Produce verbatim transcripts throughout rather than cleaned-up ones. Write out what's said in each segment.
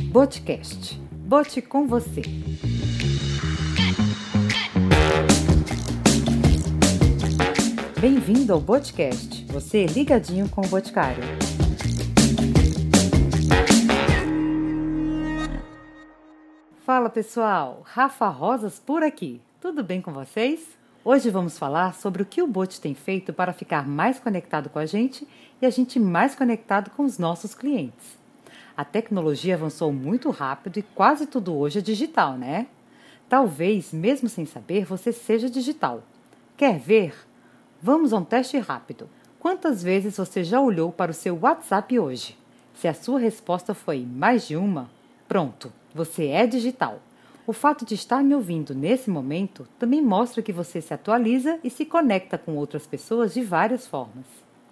Boticast. Bote com você. Bem-vindo ao Boticast. Você ligadinho com o Boticário. Fala pessoal, Rafa Rosas por aqui. Tudo bem com vocês? Hoje vamos falar sobre o que o Bote tem feito para ficar mais conectado com a gente e a gente mais conectado com os nossos clientes. A tecnologia avançou muito rápido e quase tudo hoje é digital, né? Talvez, mesmo sem saber, você seja digital. Quer ver? Vamos a um teste rápido. Quantas vezes você já olhou para o seu WhatsApp hoje? Se a sua resposta foi mais de uma, pronto, você é digital. O fato de estar me ouvindo nesse momento também mostra que você se atualiza e se conecta com outras pessoas de várias formas.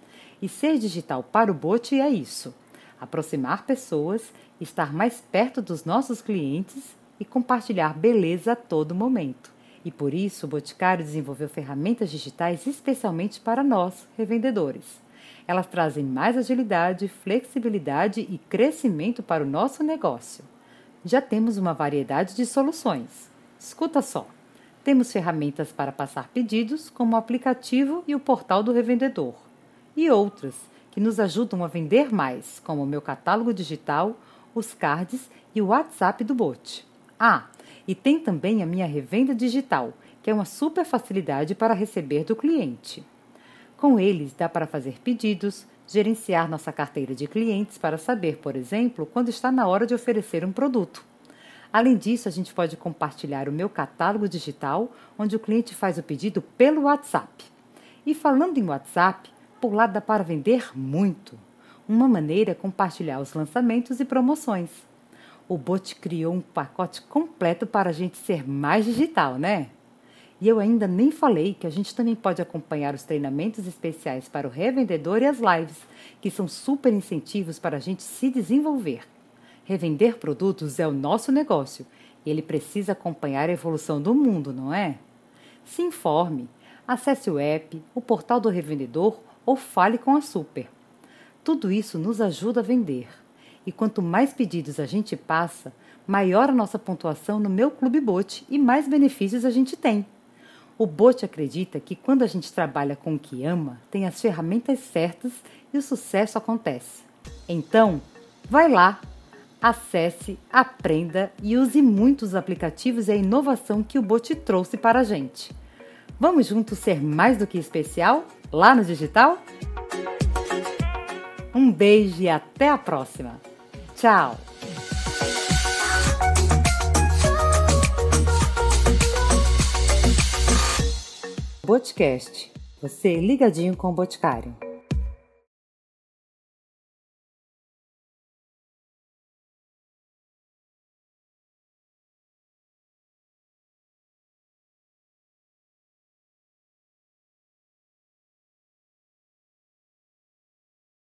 E ser digital para o Bote é isso: aproximar pessoas, estar mais perto dos nossos clientes e compartilhar beleza a todo momento. E por isso o Boticário desenvolveu ferramentas digitais especialmente para nós, revendedores. Elas trazem mais agilidade, flexibilidade e crescimento para o nosso negócio. Já temos uma variedade de soluções. Escuta só. Temos ferramentas para passar pedidos, como o aplicativo e o portal do revendedor. E outras, que nos ajudam a vender mais, como o meu catálogo digital, os cards e o WhatsApp do Bote. Ah, e tem também a minha revenda digital, que é uma super facilidade para receber do cliente. Com eles, dá para fazer pedidos, gerenciar nossa carteira de clientes para saber, por exemplo, quando está na hora de oferecer um produto. Além disso, a gente pode compartilhar o meu catálogo digital, onde o cliente faz o pedido pelo WhatsApp. E falando em WhatsApp, por lá dá para vender muito. Uma maneira é compartilhar os lançamentos e promoções. O Bote criou um pacote completo para a gente ser mais digital, né? E eu ainda nem falei que a gente também pode acompanhar os treinamentos especiais para o revendedor e as lives, que são super incentivos para a gente se desenvolver. Revender produtos é o nosso negócio e ele precisa acompanhar a evolução do mundo, não é? Se informe, acesse o app, o portal do revendedor ou fale com a Super. Tudo isso nos ajuda a vender. E quanto mais pedidos a gente passa, maior a nossa pontuação no meu Clube Bote e mais benefícios a gente tem. O Bote acredita que quando a gente trabalha com o que ama, tem as ferramentas certas e o sucesso acontece. Então, vai lá, acesse, aprenda e use muitos aplicativos e a inovação que o Bote trouxe para a gente. Vamos juntos ser mais do que especial lá no digital? Um beijo e até a próxima. Tchau! Boticast. Você ligadinho com o Boticário.